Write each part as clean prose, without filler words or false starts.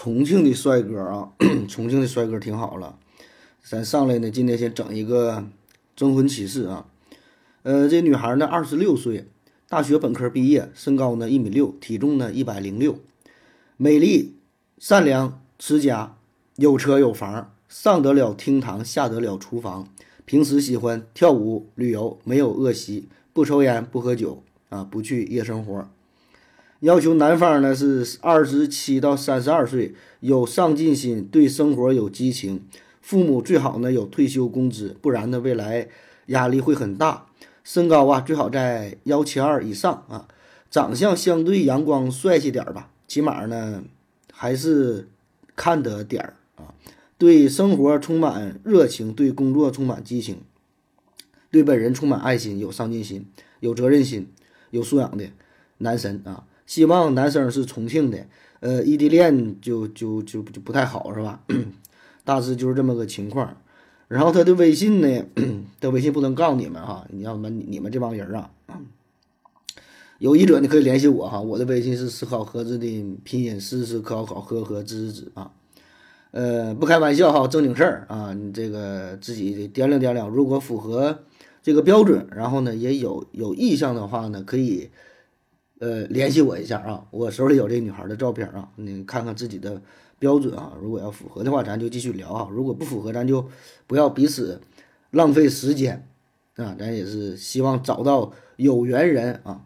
重庆的帅哥啊，重庆的帅哥挺好了。咱上来呢，今天先整一个征婚启事啊。这女孩呢26岁，大学本科毕业，身高呢1米6，体重呢106，美丽、善良、持家，有车有房，上得了厅堂，下得了厨房。平时喜欢跳舞、旅游，没有恶习，不抽烟不喝酒啊，不去夜生活。要求男方呢是27到32岁，有上进心，对生活有激情，父母最好呢有退休工资，不然呢未来压力会很大。身高啊最好在172以上啊，长相相对阳光帅气点儿吧，起码呢还是看得点儿啊。对生活充满热情，对工作充满激情，对本人充满爱心，有上进心，有责任心，有素养的男神啊。希望男生是重庆的，异地恋就不太好是吧？大致就是这么个情况。然后他的微信呢，他微信不能告诉你们哈，你要么你们这帮人啊，有意者你可以联系我哈，我的微信是思考盒子的拼音，思考和知识啊。不开玩笑哈，正经事儿啊，你这个自己得掂量掂量，如果符合这个标准，然后呢也有意向的话呢，可以联系我一下啊，我手里有这女孩的照片啊，你看看自己的标准啊，如果要符合的话，咱就继续聊啊，如果不符合，咱就不要彼此浪费时间啊，咱也是希望找到有缘人啊。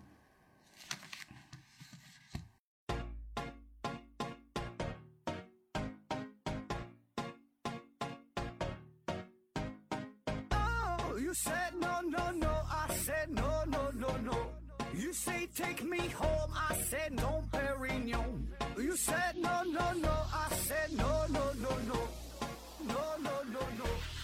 You said no, no, no, I said no, no, no, no. You say take me home, I said no, Perignon. You said no, no, no, I said no, no, no, no. No, no, no, no.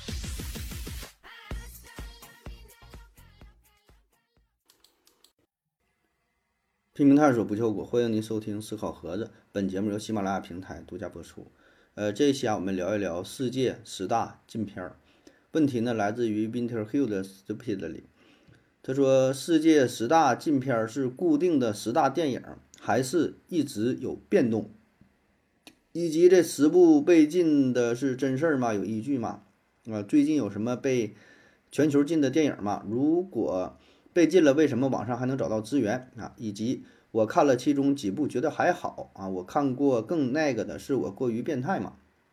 拼命探索不求果，欢迎您收听思考盒子。本节目由喜马拉雅平台独家播出。这一期我们聊一聊世界10大禁片儿。问题呢来自于 Winterhill 的 Stupidly， 他说世界10大禁片是固定的10大电影，还是一直有变动？以及这10部被禁的是真事儿吗？有依据吗？最近有什么被全球禁的电影吗？如果被禁了，为什么网上还能找到资源啊？以及我看了其中几部，觉得还好啊。我看过更那个的，是我过于变态吗？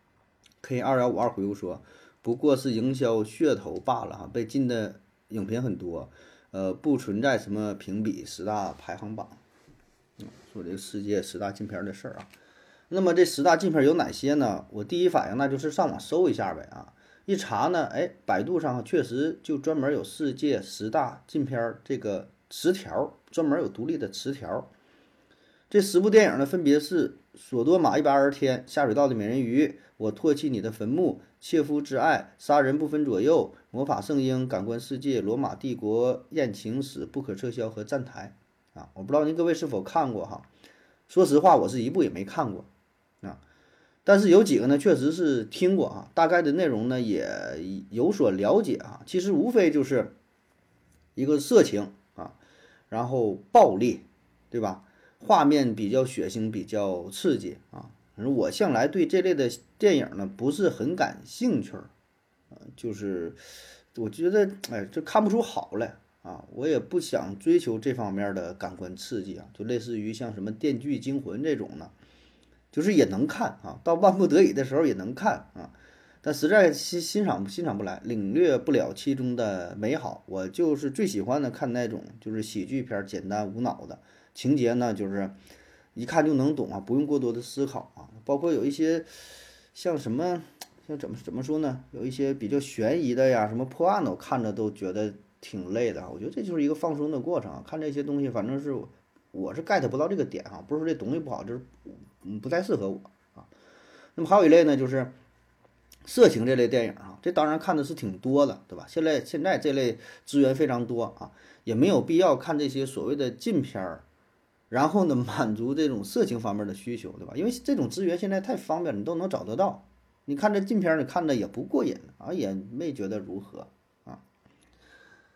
K2152 回复说，不过是营销噱头罢了哈，被禁的影片很多，不存在什么评比10大排行榜。说这个世界10大禁片的事儿啊。那么这10大禁片有哪些呢？我第一反应那就是上网搜一下呗啊。一查呢，百度上确实就专门有世界10大禁片这个词条，专门有独立的词条。这10部电影呢，分别是索多玛120天、下水道的美人鱼、我唾弃你的坟墓、切肤之爱、杀人不分左右、魔法圣婴、感官世界、罗马帝国艳情史、不可撤销和站台啊。我不知道您各位是否看过哈？说实话，我是一部也没看过啊。但是有几个呢，确实是听过啊，大概的内容呢也有所了解啊。其实无非就是一个色情啊，然后暴力，对吧？画面比较血腥，比较刺激啊。我向来对这类的电影呢不是很感兴趣就是我觉得这看不出好来啊，我也不想追求这方面的感官刺激啊，就类似于像什么《电锯惊魂》这种呢，就是也能看啊，到万不得已的时候也能看啊，但实在欣赏不来，领略不了其中的美好。我就是最喜欢的看那种就是喜剧片，简单无脑的。情节呢，就是一看就能懂啊，不用过多的思考啊。包括有一些像什么，像怎么说呢？有一些比较悬疑的呀，什么破案的，我看着都觉得挺累的啊。我觉得这就是一个放松的过程啊。看这些东西，反正是我是 get 不到这个点啊，不是说这东西不好，就是不太适合我啊。那么还有一类呢，就是色情这类电影啊，这当然看的是挺多的，对吧？现在这类资源非常多啊，也没有必要看这些所谓的禁片儿。然后呢，满足这种色情方面的需求，对吧？因为这种资源现在太方便了，你都能找得到。你看这禁片，你看的也不过瘾啊，也没觉得如何啊。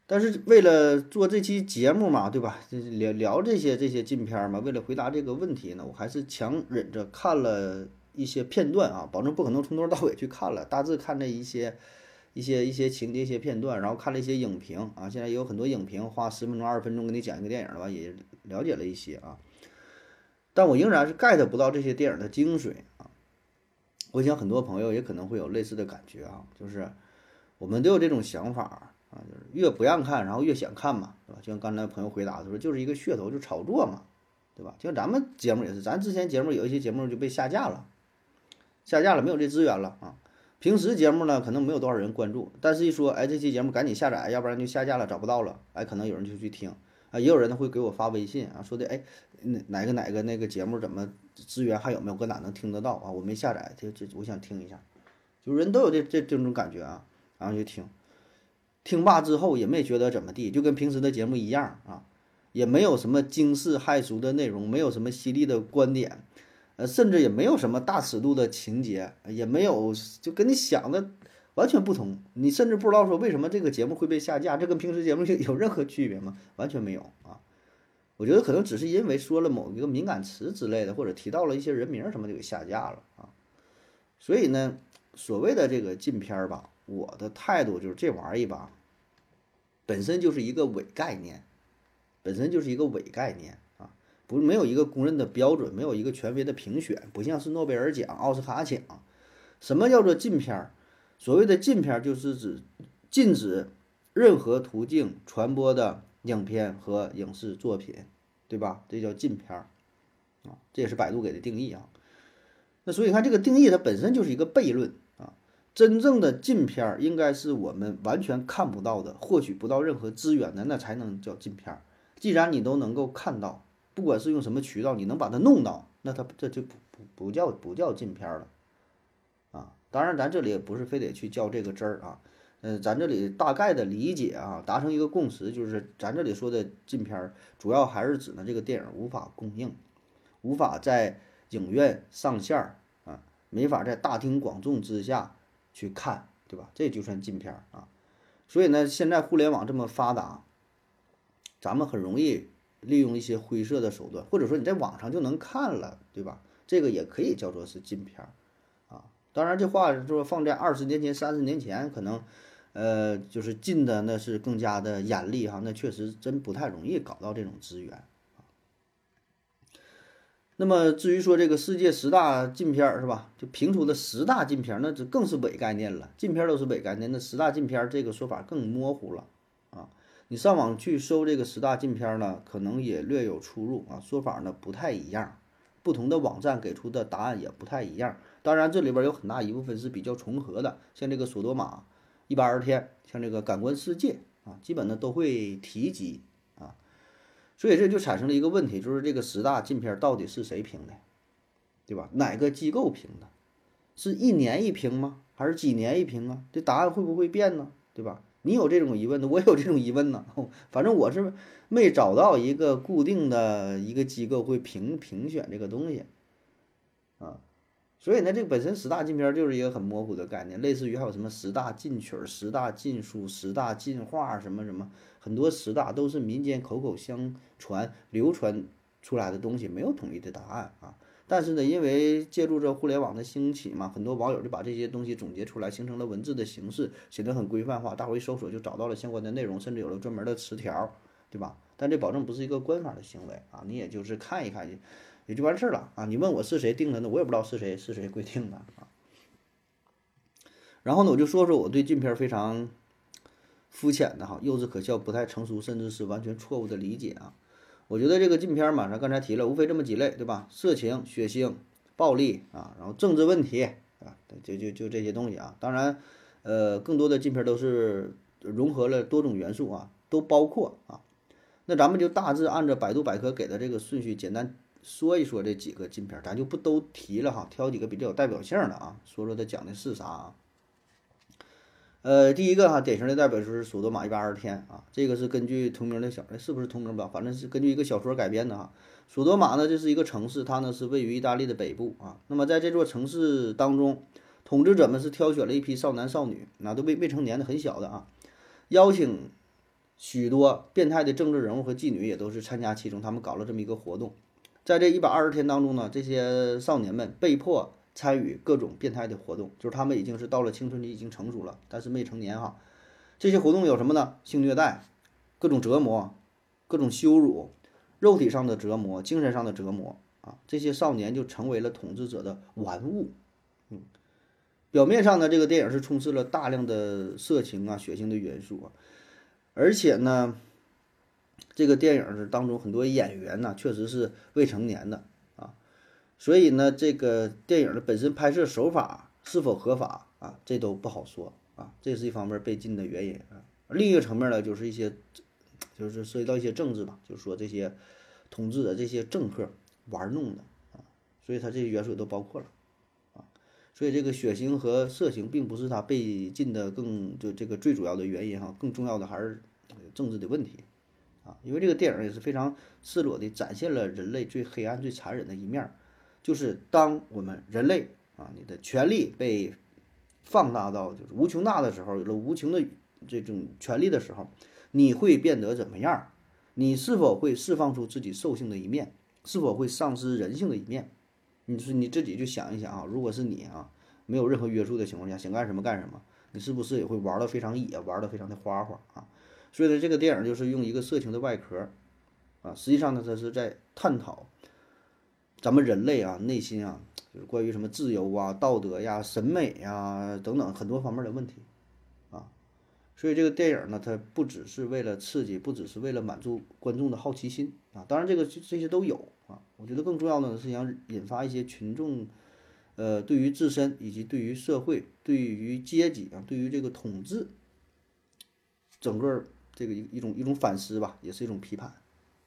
但是为了做这期节目嘛，对吧？就是聊这些禁片儿嘛，为了回答这个问题呢，我还是强忍着看了一些片段啊，保证不可能从头到尾去看了，大致看了一些情节、一些片段，然后看了一些影评啊。现在也有很多影评花10分钟、20分钟给你讲一个电影的吧，也了解了一些啊。但我仍然是 get 不到这些电影的精髓啊。我想很多朋友也可能会有类似的感觉啊，就是我们都有这种想法啊，就是越不让看，然后越想看嘛，对吧？就像刚才朋友回答的说，就是一个噱头，就炒作嘛，对吧？就像咱们节目也是，咱之前节目有一些节目就被下架了，没有这资源了啊。平时节目呢，可能没有多少人关注，但是一说，哎，这期节目赶紧下载，要不然就下架了，找不到了，哎，可能有人就去听啊，也有人呢会给我发微信啊，说的，哎，哪个那个节目怎么资源还有没有，搁哪能听得到啊？我没下载，这我想听一下，就是人都有这种感觉啊，然后就听。听罢之后也没觉得怎么地，就跟平时的节目一样啊，也没有什么惊世骇俗的内容，没有什么犀利的观点，甚至也没有什么大尺度的情节，也没有就跟你想的完全不同。你甚至不知道说为什么这个节目会被下架，这跟平时节目有任何区别吗？完全没有啊。我觉得可能只是因为说了某一个敏感词之类的，或者提到了一些人名什么就给下架了啊。所以呢，所谓的这个禁片儿吧，我的态度就是这玩意儿吧，本身就是一个伪概念，本身就是一个伪概念啊，不没有一个公认的标准，没有一个权威的评选，不像是诺贝尔奖、奥斯卡奖。什么叫做禁片儿？所谓的禁片儿就是指禁止任何途径传播的影片和影视作品，对吧？这叫禁片儿啊，这也是百度给的定义啊。那所以看这个定义，它本身就是一个悖论啊。真正的禁片儿应该是我们完全看不到的，获取不到任何资源的，那才能叫禁片儿。既然你都能够看到，不管是用什么渠道，你能把它弄到，那它这就不叫禁片儿了啊。当然，咱这里也不是非得去较这个真儿啊。咱这里大概的理解啊，达成一个共识，就是咱这里说的禁片儿，主要还是指呢这个电影无法供应，无法在影院上线儿啊，没法在大庭广众之下去看，对吧？这就算禁片儿啊。所以呢，现在互联网这么发达，咱们很容易利用一些灰色的手段，或者说你在网上就能看了，对吧？这个也可以叫做是禁片儿啊。当然，这话说放在20年前、30年前，可能就是禁的那是更加的严厉哈，那确实真不太容易搞到这种资源。那么至于说这个世界10大禁片儿是吧？就评出的10大禁片儿，那这更是伪概念了。禁片儿都是伪概念，那10大禁片儿这个说法更模糊了啊。你上网去搜这个10大禁片儿呢，可能也略有出入啊，说法呢不太一样，不同的网站给出的答案也不太一样。当然这里边有很大一部分是比较重合的，像这个索多玛、120天，像这个感官世界啊，基本呢都会提及。所以这就产生了一个问题，就是这个10大禁片到底是谁评的，对吧？哪个机构评的？是一年一评吗？还是几年一评啊？这答案会不会变呢？对吧？你有这种疑问的，我也有这种疑问呢。反正我是没找到一个固定的一个机构会评选这个东西啊。所以呢，这个本身10大禁片就是一个很模糊的概念，类似于还有什么10大禁曲、10大禁书、10大禁画什么什么，很多10大都是民间口口相传流传出来的东西，没有统一的答案啊。但是呢，因为借助着互联网的兴起嘛，很多网友就把这些东西总结出来，形成了文字的形式，写得很规范化，大伙一搜索就找到了相关的内容，甚至有了专门的词条，对吧？但这保证不是一个官方的行为啊，你也就是看一看也就完事儿了啊！你问我是谁定的呢？我也不知道是谁规定的啊。然后呢，我就说说我对禁片非常肤浅的哈、幼稚可笑、不太成熟，甚至是完全错误的理解啊。我觉得这个禁片嘛，咱刚才提了，无非这么几类，对吧？色情、血腥、暴力啊，然后政治问题啊，就这些东西啊。当然，更多的禁片都是融合了多种元素啊，都包括啊。那咱们就大致按照百度百科给的这个顺序，简单说一说这几个禁片，咱就不都提了哈，挑几个比较有代表性的啊，说说它讲的是啥啊。第一个哈，典型的代表就是《索多玛120天》啊，这个是根据同名的是不是同名吧？反正是根据一个小说改编的哈。索多玛呢，这是一个城市，它呢是位于意大利的北部啊。那么在这座城市当中，统治者们是挑选了一批少男少女，那都未成年的很小的啊，邀请许多变态的政治人物和妓女也都是参加其中，他们搞了这么一个活动。在这120天当中呢，这些少年们被迫参与各种变态的活动，就是他们已经是到了青春期，已经成熟了，但是未成年哈。这些活动有什么呢？性虐待、各种折磨、各种羞辱、肉体上的折磨、精神上的折磨啊！这些少年就成为了统治者的玩物。表面上呢，这个电影是充斥了大量的色情啊、血腥的元素啊，而且呢，这个电影当中很多演员呢，确实是未成年的啊，所以呢，这个电影的本身拍摄手法是否合法啊，这都不好说啊，这是一方面被禁的原因啊。另一个层面呢，就是就是涉及到一些政治吧，就是说这些统治的这些政客玩弄的啊，所以它这些元素也都包括了。所以这个血腥和色情并不是它被禁的就这个最主要的原因哈，更重要的还是政治的问题啊。因为这个电影也是非常赤裸的展现了人类最黑暗、最残忍的一面，就是当我们人类啊，你的权利被放大到就是无穷大的时候，有了无穷的这种权利的时候，你会变得怎么样？你是否会释放出自己兽性的一面？是否会丧失人性的一面？你说你自己就想一想啊，如果是你啊，没有任何约束的情况下，想干什么干什么，你是不是也会玩得非常野，玩得非常的花花啊？所以呢，这个电影就是用一个色情的外壳啊，实际上呢，它是在探讨咱们人类啊内心啊，就是关于什么自由啊、道德呀、审美呀等等很多方面的问题啊。所以这个电影呢，它不只是为了刺激，不只是为了满足观众的好奇心啊，当然这些都有啊。我觉得更重要的呢是想引发一些群众，对于自身以及对于社会、对于阶级啊、对于这个统治，整个这个一种反思吧，也是一种批判。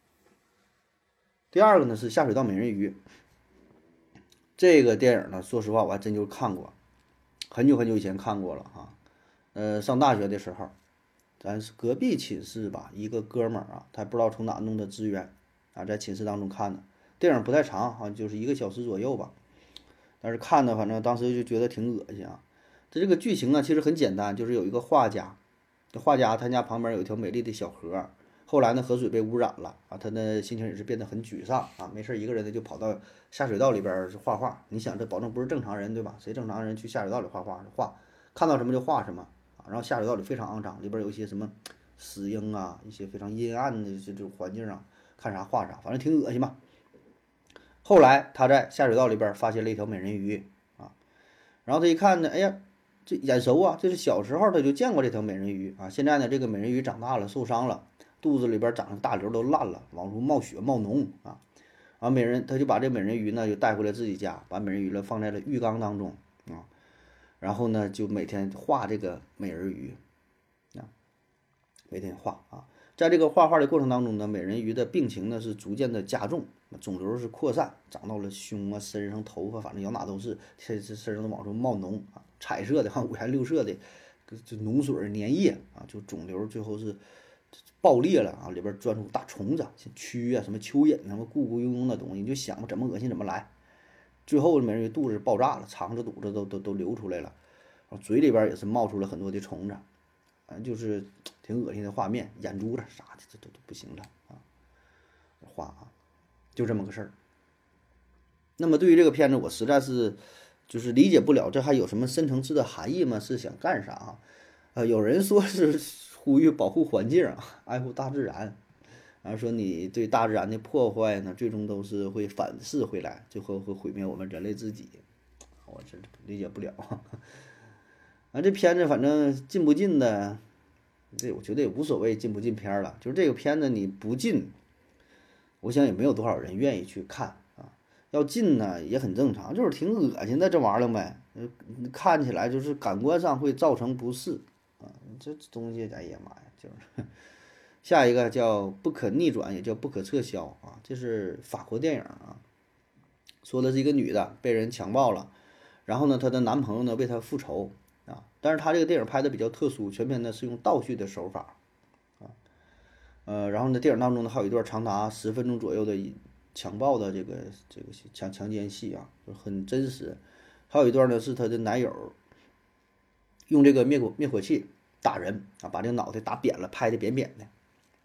第二个呢是下水道美人鱼，这个电影呢，说实话我还真就看过，很久很久以前看过了哈。上大学的时候，咱是隔壁寝室吧，一个哥们儿啊，他不知道从哪弄的资源啊，在寝室当中看的。电影不太长啊，就是1个小时左右吧。但是看的反正当时就觉得挺恶心啊。这个剧情啊，其实很简单，就是有一个画家，这画家他家旁边有一条美丽的小河，后来呢河水被污染了啊，他的心情也是变得很沮丧啊，没事一个人呢就跑到下水道里边画画。你想这保证不是正常人对吧？谁正常人去下水道里画，看到什么就画什么啊。然后下水道里非常肮脏，里边有一些什么死婴啊，一些非常阴暗的这种环境啊，看啥画啥，反正挺恶心吧。后来他在下水道里边发现了一条美人鱼啊，然后他一看呢，哎呀，这眼熟啊，这是小时候他就见过这条美人鱼啊。现在呢，这个美人鱼长大了，受伤了，肚子里边长的大瘤都烂了，往出冒血冒脓啊。然后他就把这美人鱼呢就带回了自己家，把美人鱼呢放在了浴缸当中啊，然后呢就每天画这个美人鱼啊，每天画啊。在这个画画的过程当中呢，美人鱼的病情呢是逐渐的加重，肿瘤是扩散，长到了胸啊、身上、头发，反正咬哪都是，身上都往出冒脓啊，彩色的，五颜六色的，就脓水粘液啊，就肿瘤最后是爆裂了啊，里边钻出大虫子，像蛆啊、什么蚯蚓、什么咕咕庸庸的东西，你就想吧，怎么恶心怎么来。最后美人鱼肚子爆炸了，肠子、肚子都流出来了，然后嘴里边也是冒出了很多的虫子。就是挺恶心的画面，眼珠子啥的这都不行了啊！画啊，就这么个事儿。那么对于这个片子，我实在是就是理解不了，这还有什么深层次的含义吗？是想干啥啊？有人说是呼吁保护环境啊，爱护大自然，然后说你对大自然的破坏呢，最终都是会反噬回来，最后会毁灭我们人类自己。我真理解不了。啊，这片子反正进不进的，这我觉得也无所谓进不进片儿了。就是这个片子你不进，我想也没有多少人愿意去看啊。要进呢也很正常，就是挺恶心的这玩意儿呗。看起来就是感官上会造成不适啊。这东西哎呀妈呀，就是下一个叫不可逆转，也叫不可撤销啊。这是法国电影啊，说的是一个女的被人强暴了，然后呢她的男朋友呢为她复仇。但是他这个电影拍的比较特殊，全片呢是用倒叙的手法啊，然后呢电影当中呢还有一段长达10分钟左右的强暴的这个强奸戏啊，就很真实。还有一段呢是他的男友用这个灭火器打人啊，把这个脑袋打扁了，拍的扁扁的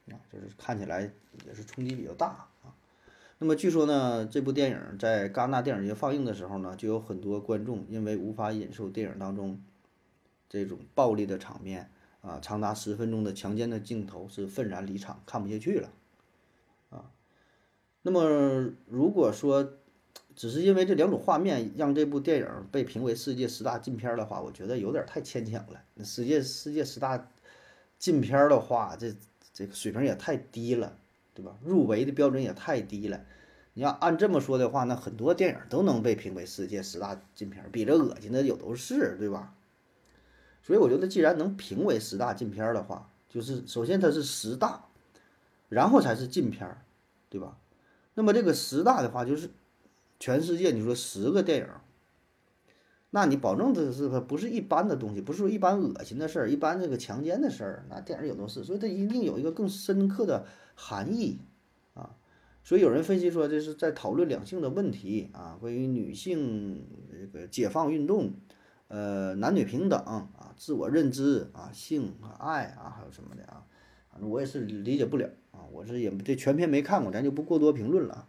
啊，就是看起来也是冲击比较大啊。那么据说呢，这部电影在戛纳电影节放映的时候呢，就有很多观众因为无法忍受电影当中这种暴力的场面啊，长达10分钟的强奸的镜头，是愤然离场，看不下去了啊。那么如果说只是因为这两种画面让这部电影被评为世界10大禁片的话，我觉得有点太牵强了。世界10大禁片的话，这个水平也太低了，对吧？入围的标准也太低了。你要按这么说的话，那很多电影都能被评为世界10大禁片，比这恶心的有都是，对吧？所以我觉得，既然能评为10大禁片的话，就是首先它是10大，然后才是禁片，对吧？那么这个10大的话，就是全世界你说10个电影，那你保证它不是一般的东西，不是说一般恶心的事儿，一般这个强奸的事儿，那电影有都是，所以它一定有一个更深刻的含义啊。所以有人分析说，这是在讨论两性的问题啊，关于女性这个解放运动，男女平等啊，自我认知啊，性啊、爱啊，还有什么的啊，反正我也是理解不了啊，我这也这全篇没看过，咱就不过多评论了。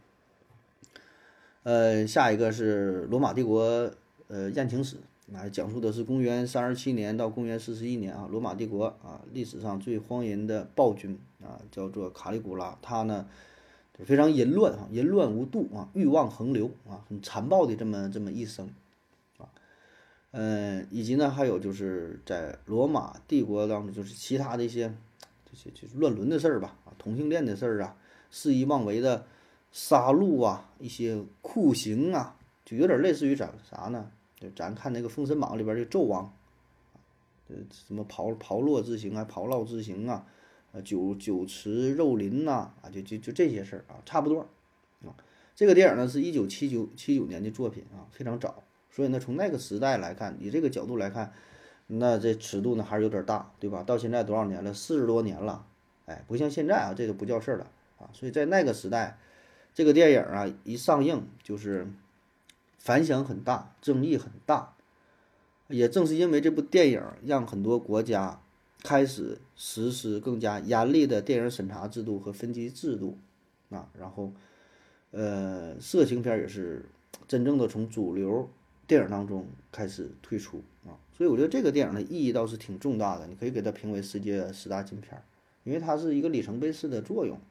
下一个是罗马帝国艳情史，啊，讲述的是公元37年到公元41年啊，罗马帝国啊历史上最荒淫的暴君啊，叫做卡利古拉，他呢非常淫乱啊，淫乱无度啊，欲望横流啊，很残暴的这么一生啊，以及呢还有就是在罗马帝国当中，就是其他的一些这些就是乱伦的事儿吧，啊，同性恋的事儿啊，肆意妄为的杀戮啊，一些酷刑啊，就有点类似于啥呢？就咱看那个《封神榜》里边的纣王，什么炮烙之刑啊，炮烙之刑啊，酒池肉林呐，啊，就这些事儿啊，差不多啊。这个电影呢是1979年的作品啊，非常早，所以呢从那个时代来看，以这个角度来看，那这尺度呢还是有点大，对吧？到现在多少年了？40多年了，哎，不像现在啊，这个不叫事儿了啊。所以在那个时代，这个电影啊一上映就是反响很大，争议很大。也正是因为这部电影，让很多国家开始实施更加严厉的电影审查制度和分级制度啊，然后色情片也是真正的从主流电影当中开始退出啊，所以我觉得这个电影的意义倒是挺重大的，你可以给它评为世界10大禁片，因为它是一个里程碑式的作用。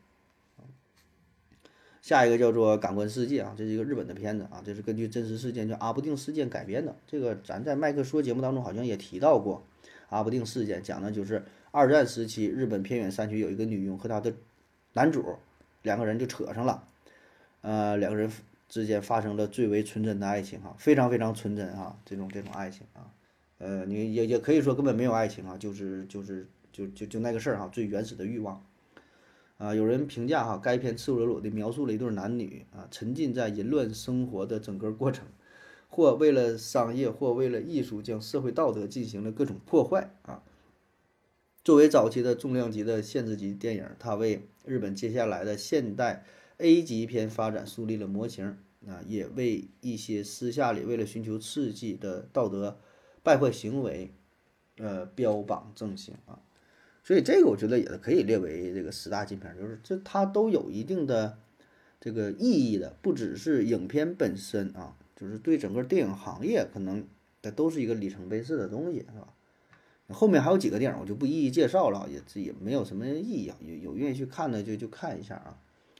下一个叫做《感官世界》啊，这是一个日本的片子啊，这是根据真实事件叫阿布定事件改编的。这个咱在麦克说节目当中好像也提到过，阿布定事件讲的就是二战时期日本偏远山区有一个女佣和她的男主两个人就扯上了，两个人之间发生了最为纯真的爱情啊，非常非常纯真啊，这种爱情啊，你也可以说根本没有爱情啊，就那个事儿哈，最原始的欲望。啊，有人评价哈，该片赤裸裸地描述了一对男女啊沉浸在淫乱生活的整个过程，或为了商业，或为了艺术，将社会道德进行了各种破坏啊。作为早期的重量级的限制级电影，它为日本接下来的现代 A 级片发展树立了模型啊，也为一些私下里为了寻求刺激的道德败坏行为，标榜正行啊。所以这个我觉得也可以列为这个10大禁片，就是这它都有一定的这个意义的，不只是影片本身啊，就是对整个电影行业可能它都是一个里程碑式的东西，是吧？后面还有几个电影我就不一一介绍了，也没有什么意义啊，有愿意去看的就看一下啊，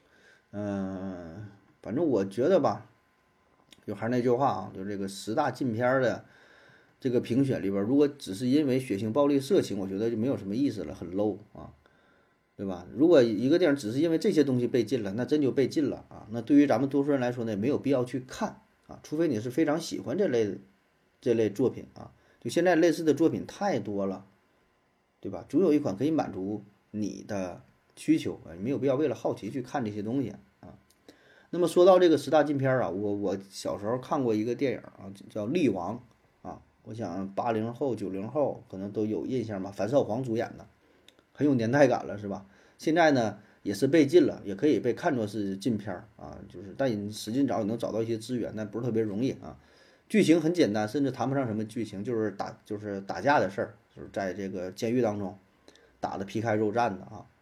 反正我觉得吧，就还是那句话啊，就这个10大禁片的这个评选里边，如果只是因为血腥、暴力、色情，我觉得就没有什么意思了，很 low 啊，对吧？如果一个电影只是因为这些东西被禁了，那真就被禁了啊。那对于咱们多数人来说呢，也没有必要去看啊，除非你是非常喜欢这类作品啊。就现在类似的作品太多了，对吧？总有一款可以满足你的需求啊，没有必要为了好奇去看这些东西啊。那么说到这个10大禁片啊，我小时候看过一个电影啊，叫《力王》啊。我想80后、90后可能都有印象吧，樊少皇主演的，很有年代感了，是吧？现在呢也是被禁了，也可以被看作是禁片啊，就是但你使劲找也能找到一些资源，但不是特别容易啊。剧情很简单，甚至谈不上什么剧情，就是打架的事儿，就是在这个监狱当中打得皮开肉绽的啊。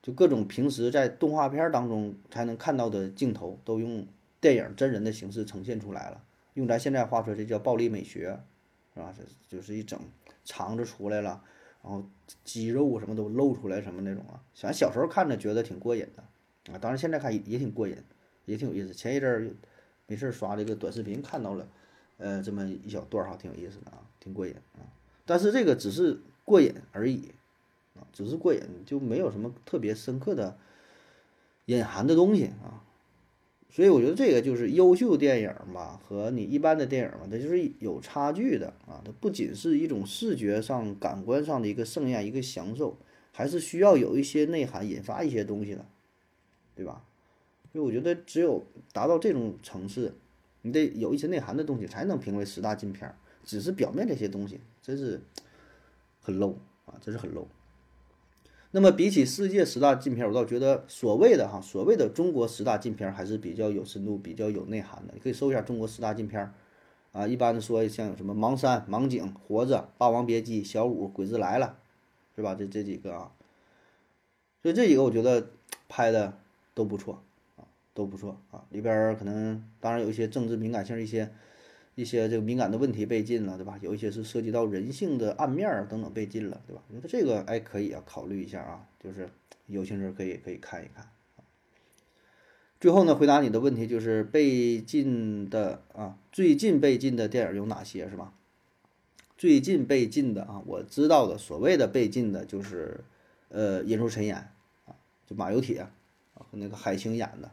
就各种平时在动画片当中才能看到的镜头，都用电影真人的形式呈现出来了。用咱现在话说，这叫暴力美学，是吧？这就是一整肠子出来了，然后肌肉什么都露出来什么那种啊。想小时候看着觉得挺过瘾的啊，当然现在看也挺过瘾，也挺有意思。前一阵儿没事刷这个短视频看到了，这么一小段儿哈，挺有意思的啊，挺过瘾啊。但是这个只是过瘾而已啊，只是过瘾，就没有什么特别深刻的隐含的东西啊。所以我觉得这个就是优秀电影嘛，和你一般的电影嘛，它就是有差距的啊。它不仅是一种视觉上、感官上的一个盛宴、一个享受，还是需要有一些内涵，引发一些东西的，对吧？所以我觉得只有达到这种层次，你得有一些内涵的东西，才能评为十大禁片儿。只是表面这些东西，真是很 low 啊，真是很 low。那么比起世界十大禁片，我倒觉得所谓的中国十大禁片还是比较有深度、比较有内涵的。你可以搜一下中国十大禁片啊，一般的说像什么《盲山》《盲井》《活着》《霸王别姬》《小五》《鬼子来了》，是吧？这几个啊，所以这几个我觉得拍的都不错啊，都不错啊。里边可能当然有一些政治敏感性，一些这个敏感的问题被禁了，对吧？有一些是涉及到人性的暗面儿等等被禁了，对吧？我觉得这个哎可以啊，考虑一下啊，就是有兴趣可以看一看。最后呢，回答你的问题就是被禁的啊，最近被禁的电影有哪些是吧？最近被禁的啊，我知道的所谓的被禁的就是引入尘烟啊，就马有铁啊和那个海清演的，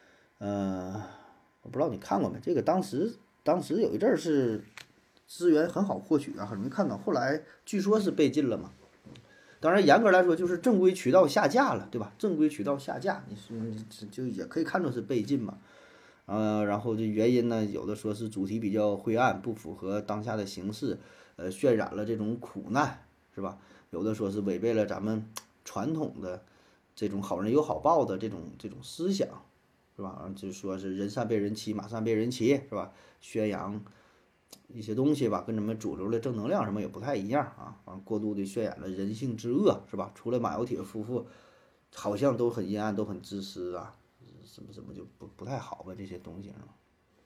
我不知道你看过没？这个当时有一阵儿是资源很好获取啊，很容易看到。后来据说是被禁了嘛。当然，严格来说就是正规渠道下架了，对吧？正规渠道下架，你说就也可以看作是被禁嘛。然后这原因呢，有的说是主题比较灰暗，不符合当下的形势，渲染了这种苦难，是吧？有的说是违背了咱们传统的这种好人有好报的这种思想，是吧？就说是人善被人欺，马善被人骑，是吧？宣扬一些东西吧，跟咱们主流的正能量什么也不太一样啊。完过度的渲染了人性之恶，是吧？除了马有铁夫妇，好像都很阴暗，都很自私啊，什么就不太好吧？这些东西是吧？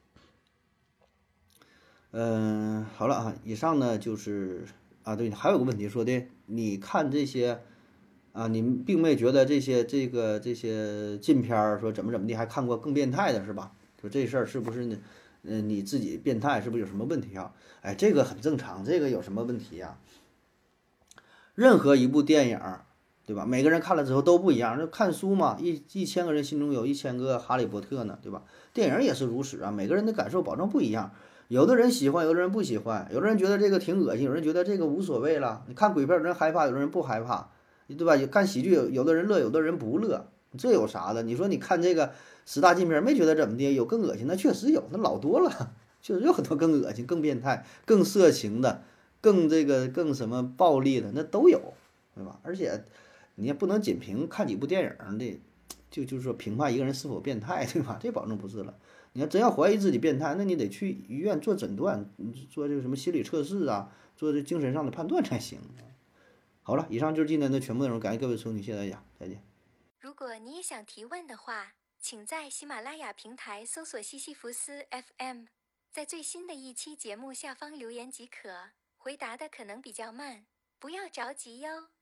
好了啊，以上呢就是啊，对，还有个问题说的，你看这些啊，你并没觉得这些禁片儿说怎么的，还看过更变态的是吧？说这事儿是不是呢？你自己变态是不是有什么问题啊？哎，这个很正常，这个有什么问题呀？任何一部电影儿，对吧？每个人看了之后都不一样。那看书嘛，一千个人心中有1000个哈利波特呢，对吧？电影也是如此啊，每个人的感受保证不一样。有的人喜欢，有的人不喜欢，有的人觉得这个挺恶心，有人觉得这个无所谓了。你看鬼片，有人害怕，有的人不害怕，对吧？看喜剧，有的人乐，有的人不乐，这有啥的？你说你看这个十大禁片，没觉得怎么的？有更恶心的，确实有，那老多了，确实有很多更恶心、更变态、更色情的。更什么暴力的那都有，对吧？而且你也不能仅凭看几部电影的，就是说评判一个人是否变态，对吧？这保证不是了。你要真要怀疑自己变态，那你得去医院做诊断，做这个什么心理测试啊，做这精神上的判断才行。好了，以上就是今天的全部内容，感谢各位收听，谢谢大家，再见。 如果你也想提问的话，请在喜马拉雅平台搜索西西弗斯 FM， 在最新的一期节目下方留言即可。回答的可能比较慢，不要着急哟。